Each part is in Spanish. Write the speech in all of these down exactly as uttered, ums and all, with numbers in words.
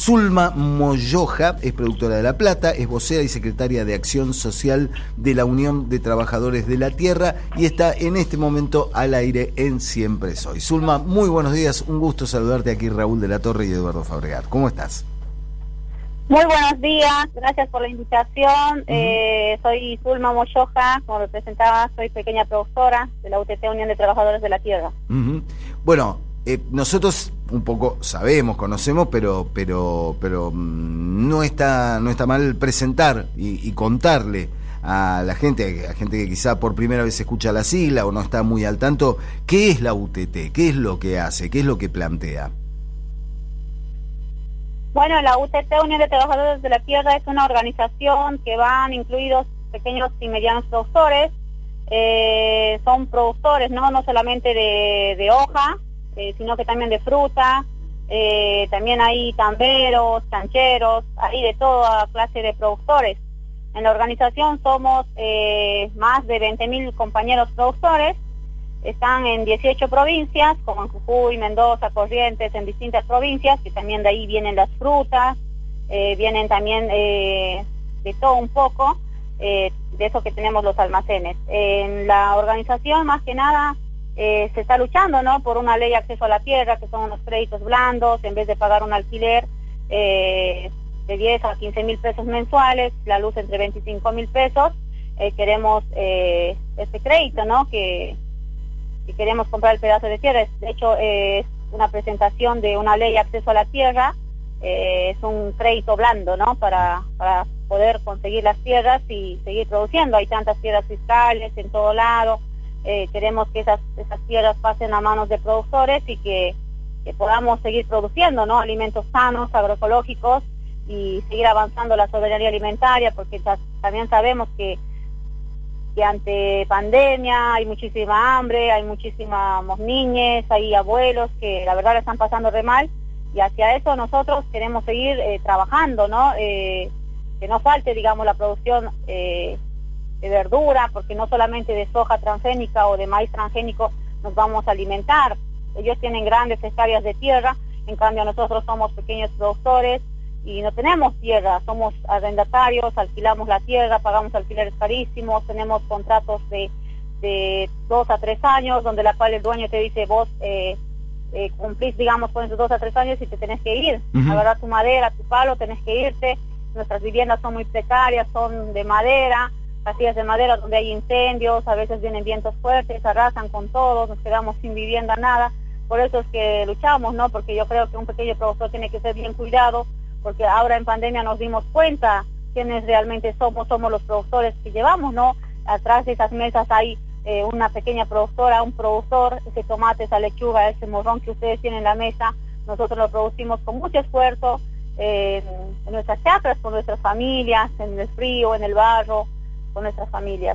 Zulma Moyoja es productora de La Plata, es vocera y secretaria de Acción Social de la Unión de Trabajadores de la Tierra y está en este momento al aire en Siempre Soy. Zulma, muy buenos días, un gusto saludarte aquí, Raúl de la Torre y Eduardo Fabregat. ¿Cómo estás? Muy buenos días, gracias por la invitación. Uh-huh. eh, soy Zulma Moyoja, como lo presentaba, soy pequeña productora de la U T T, Unión de Trabajadores de la Tierra. Uh-huh. Bueno, eh, nosotros un poco sabemos, conocemos, pero pero pero mmm, no está no está mal presentar y, y contarle a la gente, a gente que quizá por primera vez escucha la sigla o no está muy al tanto, ¿qué es la U T T? ¿Qué es lo que hace? ¿Qué es lo que plantea? Bueno, la U T T, Unión de Trabajadores de la Tierra, es una organización que van incluidos pequeños y medianos productores. Eh, son productores, no no solamente de, de hoja, eh, sino que también de fruta. Eh, también hay tamberos, chancheros, hay de toda clase de productores. En la organización somos eh, más de veinte mil compañeros productores. Están en dieciocho provincias, como en Jujuy, Mendoza, Corrientes, en distintas provincias, que también de ahí vienen las frutas, eh, vienen también eh, de todo un poco, eh, de eso que tenemos los almacenes. En la organización, más que nada, eh, se está luchando, ¿no?, por una ley de acceso a la tierra, que son unos créditos blandos, en vez de pagar un alquiler eh, de diez a quince mil pesos mensuales, la luz entre veinticinco mil pesos, eh, queremos eh, este crédito, ¿no?, que... si queremos comprar el pedazo de tierra. De hecho, eh, es una presentación de una ley de acceso a la tierra, eh, es un crédito blando, ¿no?, para, para poder conseguir las tierras y seguir produciendo. Hay tantas tierras fiscales en todo lado, eh, queremos que esas, esas tierras pasen a manos de productores y que, que podamos seguir produciendo, ¿no?, alimentos sanos, agroecológicos, y seguir avanzando la soberanía alimentaria, porque ta- también sabemos que que ante pandemia hay muchísima hambre, hay muchísimos niños, hay abuelos que la verdad la están pasando re mal, y hacia eso nosotros queremos seguir eh, trabajando, ¿no? Eh, que no falte, digamos, la producción eh, de verdura, porque no solamente de soja transgénica o de maíz transgénico nos vamos a alimentar. Ellos tienen grandes hectáreas de tierra, en cambio nosotros somos pequeños productores y no tenemos tierra, somos arrendatarios, alquilamos la tierra, pagamos alquileres carísimos, tenemos contratos de, de dos a tres años, donde la cual el dueño te dice, vos eh, eh, cumplís, digamos, con esos dos a tres años y te tenés que ir, uh-huh. agarrar tu madera, tu palo, tenés que irte. Nuestras viviendas son muy precarias, son de madera, casillas de madera donde hay incendios, a veces vienen vientos fuertes, arrasan con todo, nos quedamos sin vivienda, nada. Por eso es que luchamos, ¿no?, porque yo creo que un pequeño productor tiene que ser bien cuidado, porque ahora en pandemia nos dimos cuenta quiénes realmente somos, somos los productores que llevamos, ¿no? Atrás de esas mesas hay eh, una pequeña productora, un productor, ese tomate, esa lechuga, ese morrón que ustedes tienen en la mesa, nosotros lo producimos con mucho esfuerzo, eh, en nuestras chacras, con nuestras familias, en el frío, en el barro, con nuestras familias.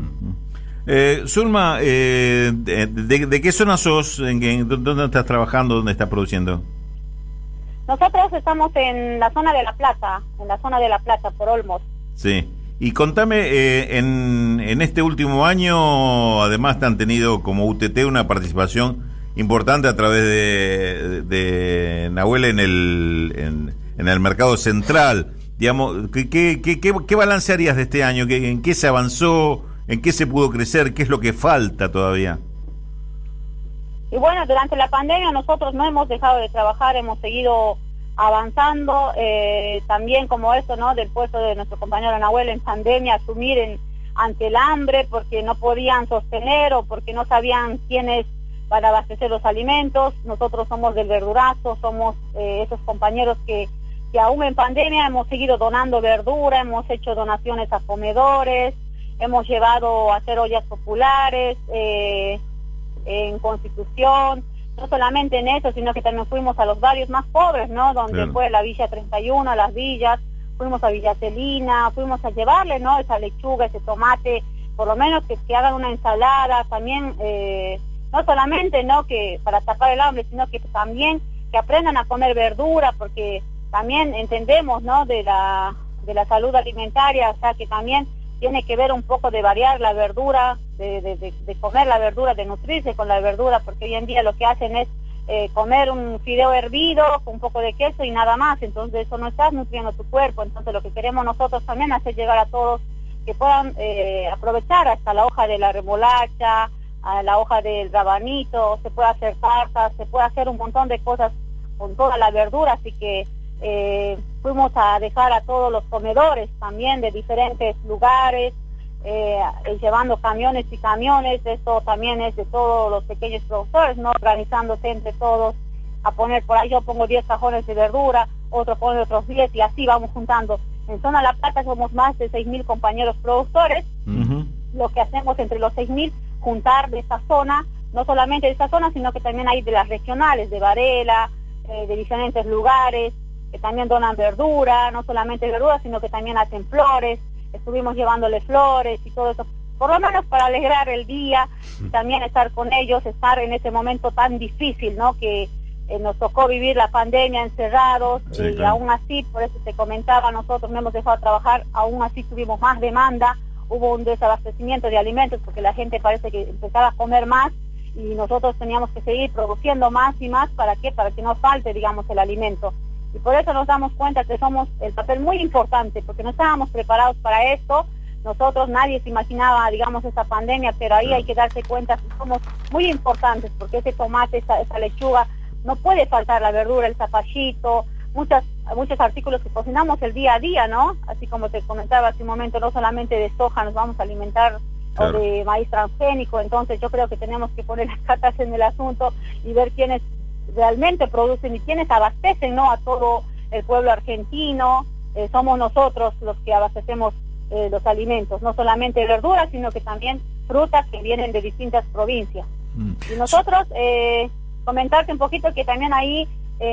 Eh, Zulma, eh, de, de, ¿de qué zona sos? ¿En, en, ¿Dónde estás trabajando? ¿Dónde estás produciendo? Nosotros estamos en la zona de La Plata, en la zona de La Plata, por Olmos. Sí, y contame, eh, en, en este último año, además te han tenido como U T T una participación importante a través de, de Nahuel en el, en, en el mercado central. Digamos, ¿qué, qué, qué, qué balance harías de este año? ¿Qué, ¿En qué se avanzó? ¿En qué se pudo crecer? ¿Qué es lo que falta todavía? Y bueno, durante la pandemia nosotros no hemos dejado de trabajar, hemos seguido avanzando, eh, también como esto, ¿no?, del puesto de nuestro compañero Nahuel en pandemia, asumir en, ante el hambre porque no podían sostener o porque no sabían quiénes para abastecer los alimentos. Nosotros somos del verdurazo, somos eh, esos compañeros que, que aún en pandemia hemos seguido donando verdura, hemos hecho donaciones a comedores, hemos llevado a hacer ollas populares, eh, en Constitución, no solamente en eso, sino que también fuimos a los barrios más pobres, ¿no?, donde claro. fue la Villa treinta y uno, las villas, fuimos a Villa Celina, fuimos a llevarle, ¿no?, esa lechuga, ese tomate, por lo menos que, que hagan una ensalada, también, eh, no solamente, ¿no?, que para tapar el hambre, sino que también que aprendan a comer verdura, porque también entendemos, ¿no?, de la, de la salud alimentaria, o sea, que también tiene que ver un poco de variar la verdura, de, de, de, de comer la verdura, de nutrirse con la verdura, porque hoy en día lo que hacen es eh, comer un fideo hervido con un poco de queso y nada más, entonces eso no estás nutriendo tu cuerpo. Entonces lo que queremos nosotros también hacer llegar a todos que puedan eh, aprovechar hasta la hoja de la remolacha, a la hoja del rabanito, se puede hacer tartas, se puede hacer un montón de cosas con toda la verdura, así que eh, fuimos a dejar a todos los comedores también de diferentes lugares, eh, llevando camiones y camiones. Esto también es de todos los pequeños productores, ¿no? Organizándose entre todos a poner por ahí, yo pongo diez cajones de verdura, otro pone otros diez y así vamos juntando. En Zona La Plata somos más de seis mil compañeros productores. Uh-huh. Lo que hacemos entre los seis mil, juntar de esta zona, no solamente de esta zona, sino que también hay de las regionales, de Varela, eh, de diferentes lugares, que también donan verdura, no solamente verdura, sino que también hacen flores. Estuvimos llevándole flores y todo eso, por lo menos para alegrar el día, y también estar con ellos, estar en ese momento tan difícil, ¿no? Que eh, nos tocó vivir la pandemia encerrados, sí, y claro. Aún así, por eso te comentaba, nosotros no hemos dejado de trabajar, aún así tuvimos más demanda, hubo un desabastecimiento de alimentos porque la gente parece que empezaba a comer más y nosotros teníamos que seguir produciendo más y más. ¿Para qué? Para que no falte, digamos, el alimento. Y por eso nos damos cuenta que somos el papel muy importante, porque no estábamos preparados para esto. Nosotros, nadie se imaginaba, digamos, esta pandemia, pero ahí hay que darse cuenta que somos muy importantes, porque ese tomate, esa, esa lechuga, no puede faltar la verdura, el zapallito, muchas muchos artículos que cocinamos el día a día, ¿no? Así como te comentaba hace un momento, no solamente de soja nos vamos a alimentar, claro, o de maíz transgénico. Entonces yo creo que tenemos que poner las cartas en el asunto y ver quiénes realmente producen y quiénes abastecen, ¿no? A todo el pueblo argentino. Eh, somos nosotros los que abastecemos eh, los alimentos, no solamente verduras, sino que también frutas que vienen de distintas provincias. Mm. Y nosotros, eh, comentarte un poquito que también ahí,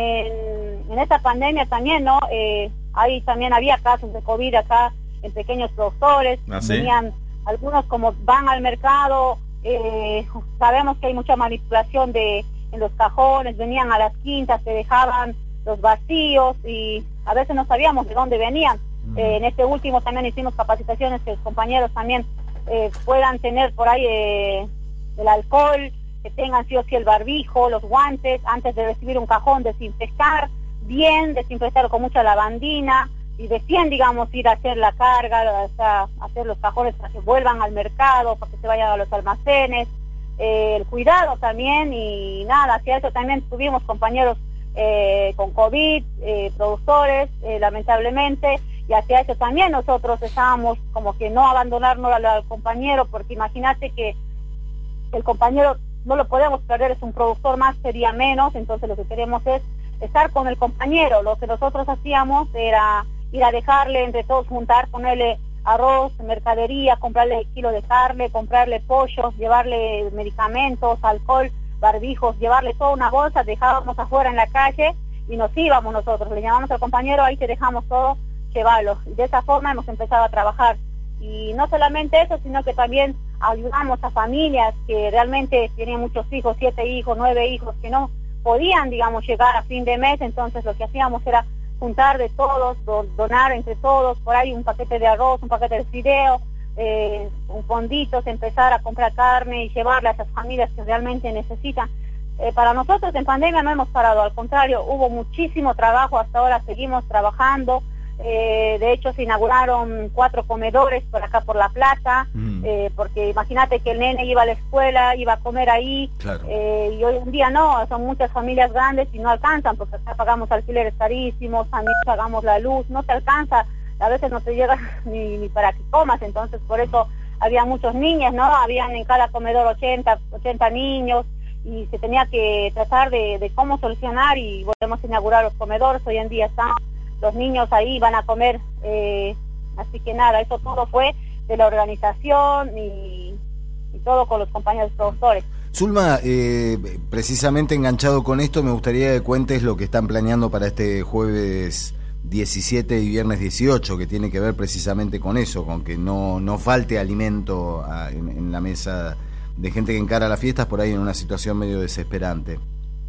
en, en esta pandemia también, ¿no? Eh, ahí también había casos de COVID acá en pequeños productores. ¿Ah, sí? Venían algunos, como van al mercado, eh, sabemos que hay mucha manipulación de en los cajones, venían a las quintas, se dejaban los vacíos y a veces no sabíamos de dónde venían. Uh-huh. Eh, en este último también hicimos capacitaciones que los compañeros también eh, puedan tener por ahí eh, el alcohol, que tengan sí o sí el barbijo, los guantes, antes de recibir un cajón, desinfectar bien, desinfectarlo con mucha lavandina y recién, digamos, ir a hacer la carga, o sea, hacer los cajones para que vuelvan al mercado, para que se vayan a los almacenes, eh, el cuidado también y nada, hacia eso también tuvimos compañeros eh, con COVID, eh, productores, eh, lamentablemente, y hacia eso también nosotros estábamos como que no abandonarnos al, al compañero, porque imagínate que el compañero no lo podemos perder, es un productor más, sería menos. Entonces lo que queremos es estar con el compañero. Lo que nosotros hacíamos era ir a dejarle entre todos, juntar, ponerle arroz, mercadería, comprarle kilo de carne, comprarle pollos, llevarle medicamentos, alcohol, barbijos, llevarle toda una bolsa, dejábamos afuera en la calle y nos íbamos nosotros, le llamamos al compañero, ahí te dejamos todo, llévalo. Y de esa forma hemos empezado a trabajar. Y no solamente eso, sino que también ayudamos a familias que realmente tienen muchos hijos, siete hijos, nueve hijos, que no podían, digamos, llegar a fin de mes. Entonces lo que hacíamos era juntar de todos, do, donar entre todos, por ahí un paquete de arroz, un paquete de fideo, eh, un fonditos, empezar a comprar carne y llevarle a esas familias que realmente necesitan. Eh, para nosotros en pandemia no hemos parado, al contrario, hubo muchísimo trabajo, hasta ahora seguimos trabajando. Eh, de hecho se inauguraron cuatro comedores por acá por La Plata, mm. eh, porque imagínate que el nene iba a la escuela, iba a comer ahí, claro. eh, y hoy en día no, son muchas familias grandes y no alcanzan, porque acá pagamos alquileres carísimos, también pagamos la luz, no te alcanza, a veces no te llega ni, ni para que comas. Entonces por eso había muchos niños, ¿no? Habían en cada comedor ochenta niños y se tenía que tratar de, de cómo solucionar, y volvemos a inaugurar los comedores. Hoy en día están los niños ahí, van a comer, eh, así que nada, eso todo fue de la organización y, y todo con los compañeros productores. Zulma, eh, precisamente enganchado con esto, me gustaría que cuentes lo que están planeando para este jueves diecisiete y viernes dieciocho, que tiene que ver precisamente con eso, con que no, no falte alimento a, en, en la mesa de gente que encara las fiestas por ahí en una situación medio desesperante.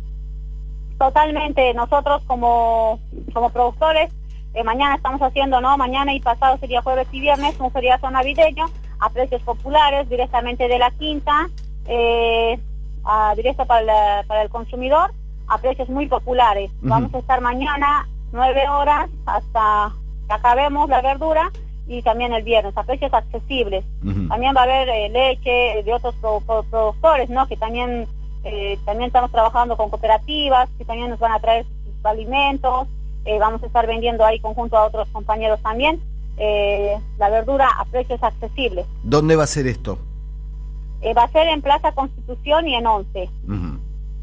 Totalmente, nosotros como, como productores, eh, mañana estamos haciendo, ¿no? Mañana y pasado sería jueves y viernes, un feriado navideño, a precios populares, directamente de la quinta, eh, a, directo para, la, para el consumidor, a precios muy populares. Uh-huh. Vamos a estar mañana nueve horas hasta que acabemos la verdura, y también el viernes a precios accesibles. Uh-huh. También va a haber eh, leche de otros pro, pro, productores, ¿no? Que también eh, también estamos trabajando con cooperativas que también nos van a traer sus alimentos. Eh, vamos a estar vendiendo ahí conjunto a otros compañeros también eh, la verdura a precios accesibles. ¿Dónde va a ser esto? Eh, va a ser en Plaza Constitución y en Once. Uh-huh.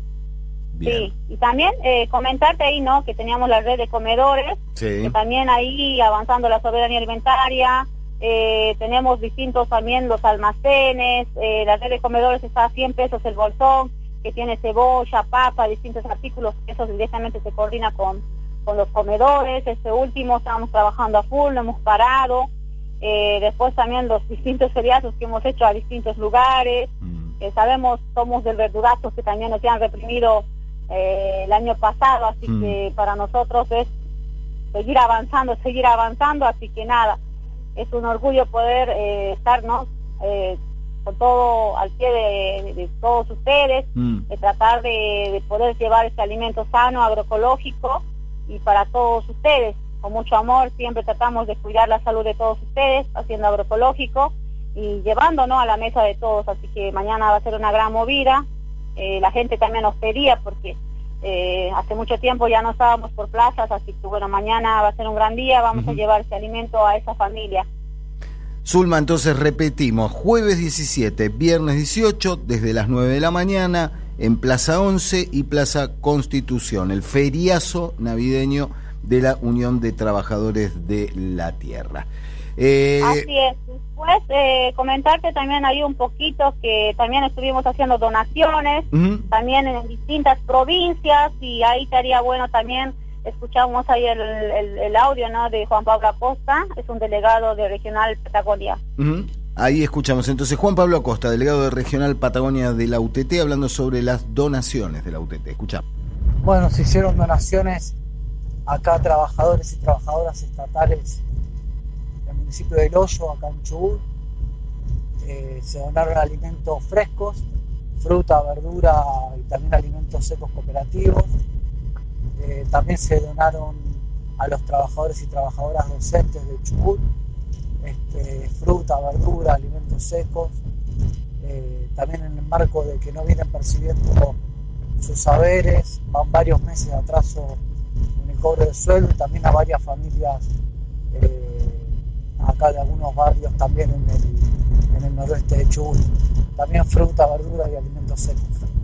Sí, y también eh, comentarte ahí, ¿no? Que teníamos la red de comedores, sí. Que también ahí avanzando la soberanía alimentaria, eh, tenemos distintos también los almacenes, eh, la red de comedores está a cien pesos el bolsón, que tiene cebolla, papa, distintos artículos, eso directamente se coordina con, con los comedores. Este último estamos trabajando a full, no hemos parado, eh, después también los distintos feriados que hemos hecho a distintos lugares, mm. eh, sabemos, somos del verdurazo que también nos han reprimido Eh, el año pasado, así mm. que para nosotros es seguir avanzando, seguir avanzando, así que nada, es un orgullo poder eh, estar, ¿no? Eh, con todo al pie de, de todos ustedes, mm. de tratar de, de poder llevar este alimento sano, agroecológico, y para todos ustedes, con mucho amor, siempre tratamos de cuidar la salud de todos ustedes, haciendo agroecológico y llevando, ¿no? A la mesa de todos, así que mañana va a ser una gran movida. Eh, la gente también nos pedía porque eh, hace mucho tiempo ya no estábamos por plazas, así que bueno, mañana va a ser un gran día, vamos uh-huh. a llevar ese alimento a esa familia. Zulma, entonces repetimos, jueves diecisiete, viernes dieciocho, desde las nueve de la mañana, en Plaza Once y Plaza Constitución, el feriazo navideño de la Unión de Trabajadores de la Tierra. Eh... Así es. Después eh, comentarte también ahí un poquito que también estuvimos haciendo donaciones, uh-huh. también en distintas provincias, y ahí estaría bueno también, escuchamos ahí el, el, el audio, ¿no? De Juan Pablo Acosta, es un delegado de Regional Patagonia. Uh-huh. Ahí escuchamos entonces Juan Pablo Acosta, delegado de Regional Patagonia de la U T T, hablando sobre las donaciones de la U T T. Escuchamos. Bueno, se hicieron donaciones acá a trabajadores y trabajadoras estatales del municipio del Hoyo, acá en Chubut. Eh, se donaron alimentos frescos, fruta, verdura y también alimentos secos cooperativos. Eh, también se donaron a los trabajadores y trabajadoras docentes de Chubut este, fruta, verdura, alimentos secos. Eh, también en el marco de que no vienen percibiendo sus saberes, van varios meses de atraso en el cobro de sueldo, y también a varias familias eh, acá de algunos barrios también en el, en el noroeste de Chubut. También fruta, verdura y alimentos secos.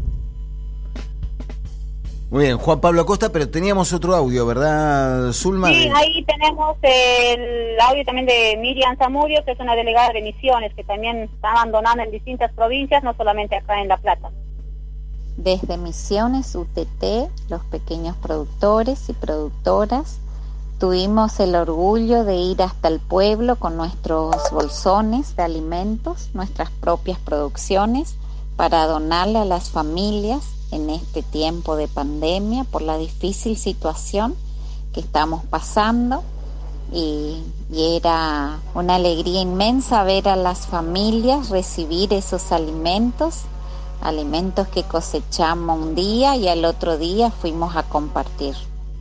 Muy bien, Juan Pablo Acosta, pero teníamos otro audio, ¿verdad, Zulma? Sí, ahí tenemos el audio también de Miriam Zamudio, que es una delegada de Misiones, que también está abandonando en distintas provincias, no solamente acá en La Plata. Desde Misiones, U T T, los pequeños productores y productoras, tuvimos el orgullo de ir hasta el pueblo con nuestros bolsones de alimentos, nuestras propias producciones, para donarle a las familias en este tiempo de pandemia por la difícil situación que estamos pasando, y, y era una alegría inmensa ver a las familias recibir esos alimentos, alimentos que cosechamos un día y al otro día fuimos a compartir.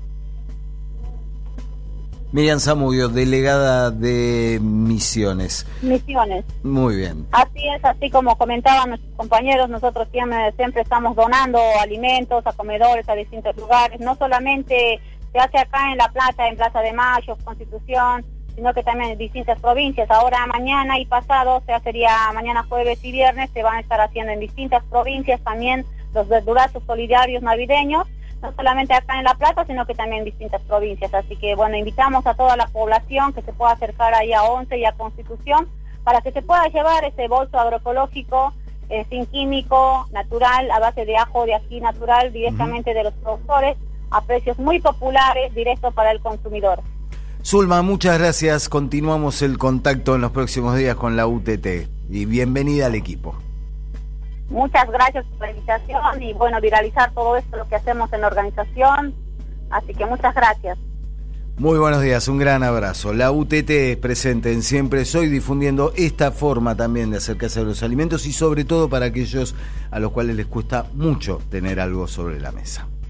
Miriam Zamudio, delegada de Misiones. Misiones. Muy bien. Así es, así como comentaban nuestros compañeros, nosotros siempre, siempre estamos donando alimentos a comedores, a distintos lugares. No solamente se hace acá en La Plata, en Plaza de Mayo, Constitución, sino que también en distintas provincias. Ahora, mañana y pasado, o sea, sería mañana jueves y viernes, se van a estar haciendo en distintas provincias también los verdurazos solidarios navideños, no solamente acá en La Plata, sino que también en distintas provincias. Así que, bueno, invitamos a toda la población que se pueda acercar ahí a Once y a Constitución para que se pueda llevar ese bolso agroecológico, eh, sin químico, natural, a base de ajo de ají natural, directamente uh-huh. de los productores, a precios muy populares, directos para el consumidor. Zulma, muchas gracias. Continuamos el contacto en los próximos días con la U T T. Y bienvenida al equipo. Muchas gracias por la invitación y, bueno, viralizar todo esto, lo que hacemos en la organización. Así que muchas gracias. Muy buenos días, un gran abrazo. La U T T es presente en Siempre Soy, difundiendo esta forma también de acercarse a los alimentos y sobre todo para aquellos a los cuales les cuesta mucho tener algo sobre la mesa.